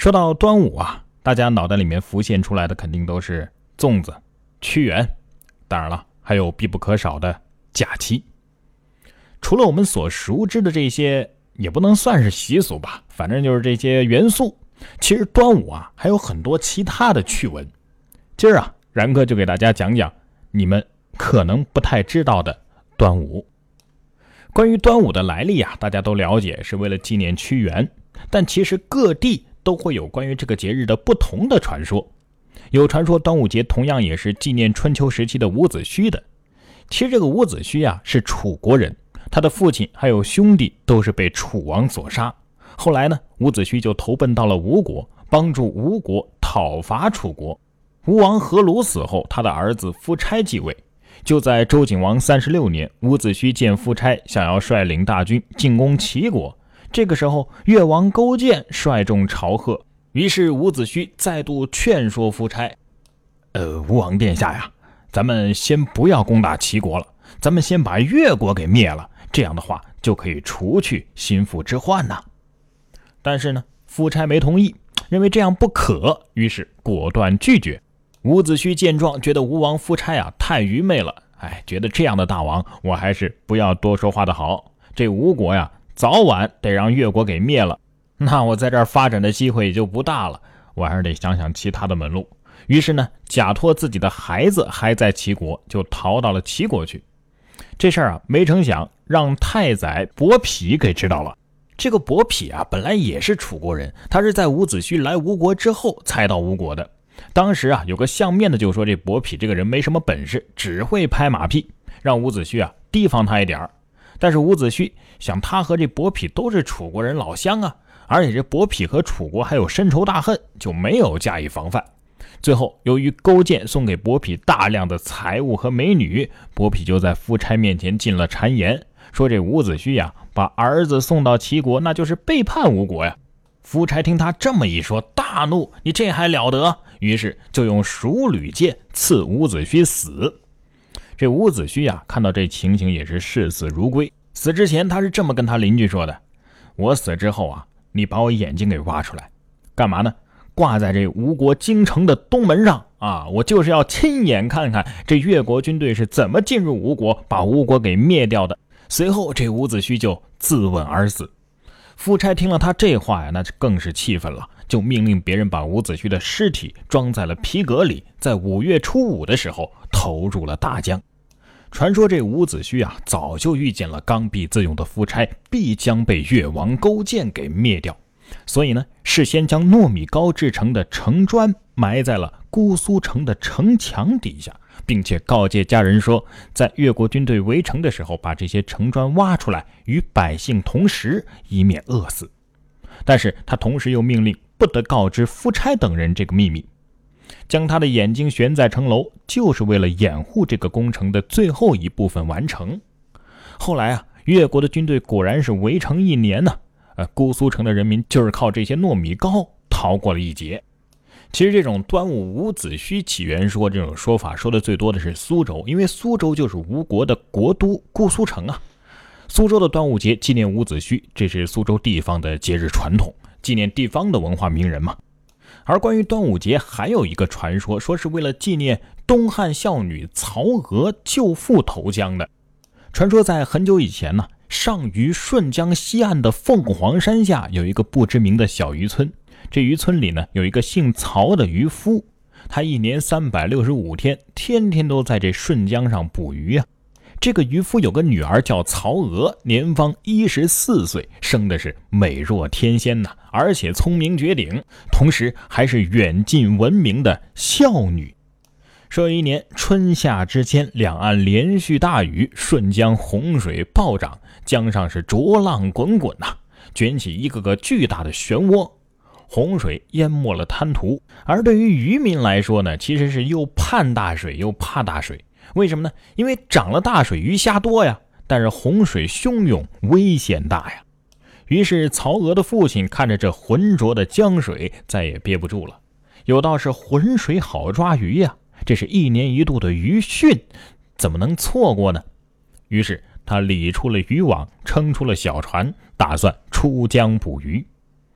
说到端午啊，大家脑袋里面浮现出来的肯定都是粽子、屈原，当然了，还有必不可少的假期。除了我们所熟知的这些，也不能算是习俗吧，反正就是这些元素，其实端午啊还有很多其他的趣闻。今儿啊，然哥就给大家讲讲你们可能不太知道的端午。关于端午的来历啊，大家都了解，是为了纪念屈原，但其实各地都会有关于这个节日的不同的传说。有传说端午节同样也是纪念春秋时期的伍子胥的。其实这个伍子胥啊是楚国人，他的父亲还有兄弟都是被楚王所杀。后来呢，伍子胥就投奔到了吴国，帮助吴国讨伐楚国。吴王阖庐死后，他的儿子夫差继位。就在周景王36年，伍子胥见夫差想要率领大军进攻齐国，这个时候越王勾践率众朝贺，于是伍子胥再度劝说夫差，吴王殿下呀，咱们先不要攻打齐国了，咱们先把越国给灭了，这样的话就可以除去心腹之患呐。但是呢，夫差没同意，认为这样不可，于是果断拒绝。伍子胥见状，觉得吴王夫差啊太愚昧了，觉得这样的大王我还是不要多说话的好。这吴国呀，早晚得让越国给灭了，那我在这儿发展的机会也就不大了，我还是得想想其他的门路。于是呢，假托自己的孩子还在齐国，就逃到了齐国去。这事儿啊，没成想让太宰伯嚭给知道了。这个伯嚭啊，本来也是楚国人，他是在伍子胥来吴国之后才到吴国的。当时啊，有个相面的就说这伯嚭这个人没什么本事，只会拍马屁，让伍子胥啊提防他一点。但是伍子胥想，他和这伯嚭都是楚国人老乡啊，而且这伯嚭和楚国还有深仇大恨，就没有加以防范。最后由于勾践送给伯嚭大量的财物和美女，伯嚭就在夫差面前进了谗言，说这伍子胥呀把儿子送到齐国，那就是背叛吴国呀。夫差听他这么一说，大怒，你这还了得？于是就用蜀履剑刺伍子胥死。这伍子胥啊，看到这情形也是视死如归。死之前他是这么跟他邻居说的，我死之后啊，你把我眼睛给挖出来，干嘛呢？挂在这吴国京城的东门上啊！我就是要亲眼看看这越国军队是怎么进入吴国，把吴国给灭掉的。随后这伍子胥就自刎而死。夫差听了他这话呀，那更是气愤了，就命令别人把伍子胥的尸体装在了皮革里，在5月初5的时候投入了大江。传说这伍子胥啊，早就预见了刚愎自用的夫差必将被越王勾践给灭掉，所以呢，事先将糯米糕制成的城砖埋在了姑苏城的城墙底下，并且告诫家人说，在越国军队围城的时候，把这些城砖挖出来与百姓同食，以免饿死。但是他同时又命令不得告知夫差等人这个秘密，将他的眼睛悬在城楼，就是为了掩护这个工程的最后一部分完成。后来啊，越国的军队果然是围城1年呢，姑苏城的人民就是靠这些糯米糕逃过了一劫。其实这种端午伍子胥起源说，这种说法说的最多的是苏州，因为苏州就是吴国的国都姑苏城啊。苏州的端午节纪念伍子胥，这是苏州地方的节日传统，纪念地方的文化名人嘛。而关于端午节还有一个传说，说是为了纪念东汉孝女曹娥救父投江的。传说在很久以前呢，上虞顺江西岸的凤凰山下有一个不知名的小渔村，这渔村里呢有一个姓曹的渔夫，他1年365天，天天都在这顺江上捕鱼啊。这个渔夫有个女儿叫曹娥，年方14岁，生的是美若天仙呐，而且聪明绝顶，同时还是远近闻名的孝女。说一年春夏之间，两岸连续大雨，顺江洪水暴涨，江上是浊浪滚滚呐，卷起一个个巨大的漩涡。洪水淹没了滩涂，而对于渔民来说呢，其实是又盼大水又怕大水。为什么呢？因为涨了大水，鱼虾多呀，但是洪水汹涌，危险大呀。于是曹娥的父亲看着这浑浊的江水，再也憋不住了。有道是浑水好抓鱼呀，这是1年1度的渔汛，怎么能错过呢？于是他理出了渔网，撑出了小船，打算出江捕鱼。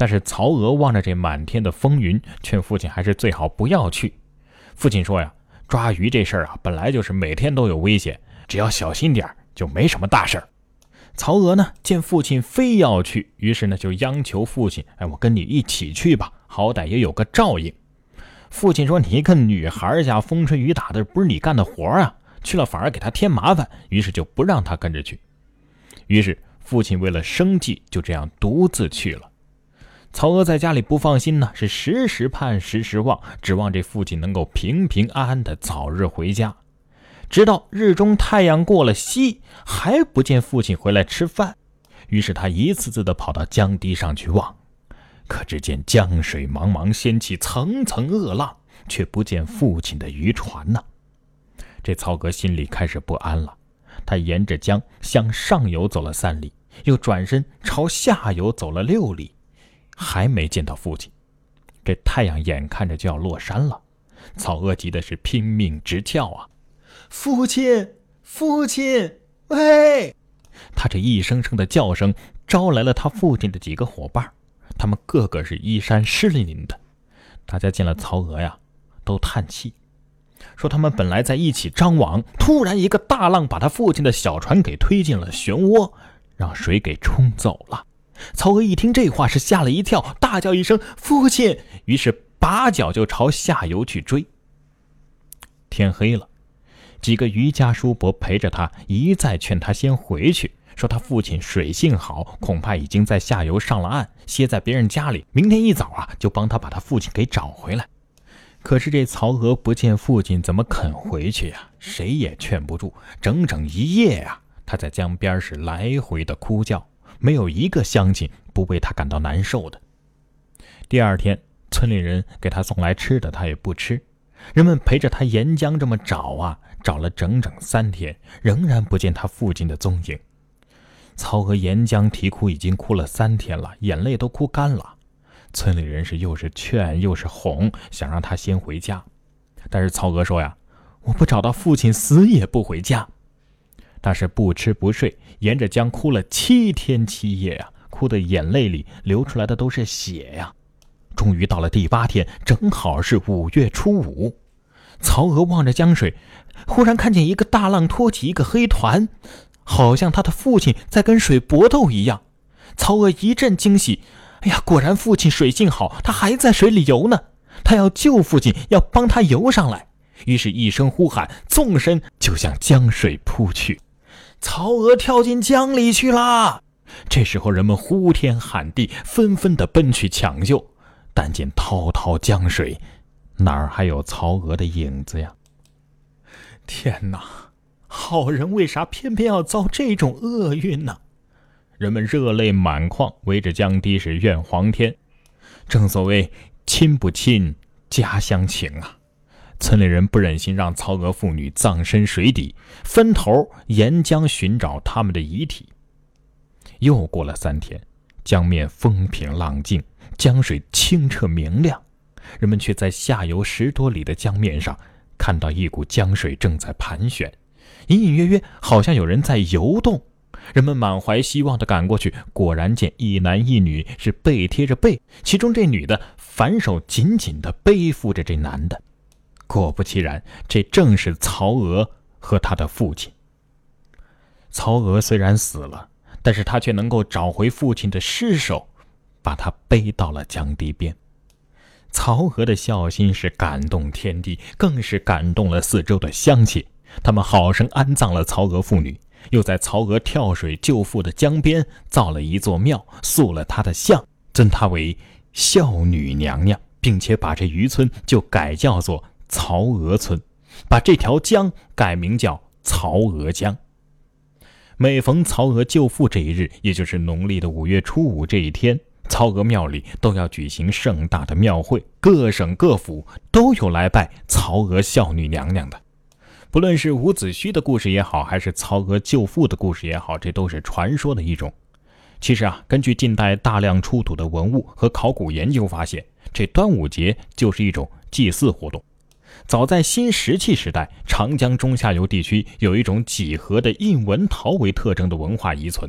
但是曹娥望着这满天的风云，劝父亲还是最好不要去。父亲说呀，抓鱼这事儿啊，本来就是每天都有危险，只要小心点就没什么大事儿。曹娥呢，见父亲非要去，于是呢就央求父亲，我跟你一起去吧，好歹也有个照应。父亲说，你一个女孩家风吹雨打的，不是你干的活啊，去了反而给他添麻烦，于是就不让他跟着去。于是父亲为了生计，就这样独自去了。曹娥在家里不放心呢，是时时盼时时望，指望这父亲能够平平安安的早日回家。直到日中太阳过了西，还不见父亲回来吃饭，于是他一次次的跑到江堤上去望，可只见江水茫茫，掀起层层恶浪，却不见父亲的渔船呢。这曹娥心里开始不安了，他沿着江向上游走了3里，又转身朝下游走了6里，还没见到父亲。这太阳眼看着就要落山了，曹娥急的是拼命直叫啊，父亲，父亲，喂！他这一声声的叫声招来了他父亲的几个伙伴，他们个个是衣衫湿淋淋的。大家见了曹娥呀，都叹气，说他们本来在一起张网，突然一个大浪把他父亲的小船给推进了漩涡，让水给冲走了。曹娥一听这话是吓了一跳，大叫一声父亲，于是拔脚就朝下游去追。天黑了，几个渔家叔伯陪着他，一再劝他先回去，说他父亲水性好，恐怕已经在下游上了岸，歇在别人家里，明天一早就帮他把他父亲给找回来。可是这曹娥不见父亲，怎么肯回去呀？谁也劝不住，整整一夜他在江边是来回的哭叫，没有一个乡亲不为他感到难受的。第二天，村里人给他送来吃的，他也不吃。人们陪着他沿江这么找找了整整3天，仍然不见他父亲的踪影。曹娥沿江啼哭，已经哭了3天了，眼泪都哭干了。村里人是又是劝又是哄，想让他先回家。但是曹娥说呀，我不找到父亲，死也不回家。他是不吃不睡，沿着江哭了7天7夜哭的眼泪里流出来的都是血呀。终于到了第8天，正好是5月初5。曹娥望着江水，忽然看见一个大浪托起一个黑团，好像他的父亲在跟水搏斗一样。曹娥一阵惊喜，果然父亲水性好，他还在水里游呢。他要救父亲，要帮他游上来，于是一声呼喊，纵身就向江水扑去。曹娥跳进江里去了。这时候人们呼天喊地，纷纷的奔去抢救，但见滔滔江水，哪儿还有曹娥的影子呀？天哪，好人为啥偏偏要遭这种厄运呢？人们热泪满眶，围着江堤是怨皇天。正所谓亲不亲，家乡情村里人不忍心让曹娥父女葬身水底，分头沿江寻找他们的遗体。又过了3天，江面风平浪静，江水清澈明亮，人们却在下游10多里的江面上看到一股江水正在盘旋，隐隐约约好像有人在游动。人们满怀希望地赶过去，果然见一男一女是背贴着背，其中这女的反手紧紧地背负着这男的。果不其然，这正是曹娥和他的父亲。曹娥虽然死了，但是他却能够找回父亲的尸首，把他背到了江堤边。曹娥的孝心是感动天地，更是感动了四周的乡亲，他们好生安葬了曹娥父女，又在曹娥跳水救父的江边造了一座庙，塑了她的像，尊她为孝女娘娘，并且把这渔村就改叫做曹娥村，把这条江改名叫曹娥江。每逢曹娥救父这一日，也就是农历的5月初5这一天，曹娥庙里都要举行盛大的庙会，各省各府都有来拜曹娥孝女娘娘的。不论是伍子胥的故事也好，还是曹娥救父的故事也好，这都是传说的一种。其实根据近代大量出土的文物和考古研究发现，这端午节就是一种祭祀活动。早在新石器时代，长江中下游地区有一种几何的印纹陶为特征的文化遗存，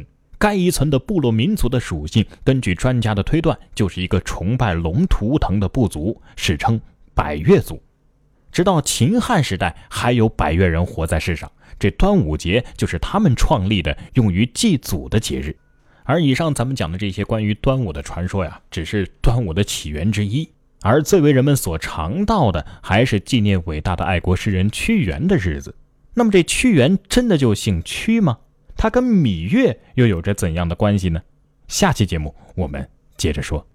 该遗存的部落民族的属性，根据专家的推断，就是一个崇拜龙图腾的部族，史称百越族。直到秦汉时代，还有百越人活在世上，这端午节就是他们创立的用于祭祖的节日。而以上咱们讲的这些关于端午的传说呀，只是端午的起源之一，而最为人们所常道的，还是纪念伟大的爱国诗人屈原的日子。那么这屈原真的就姓屈吗？他跟芈月又有着怎样的关系呢？下期节目我们接着说。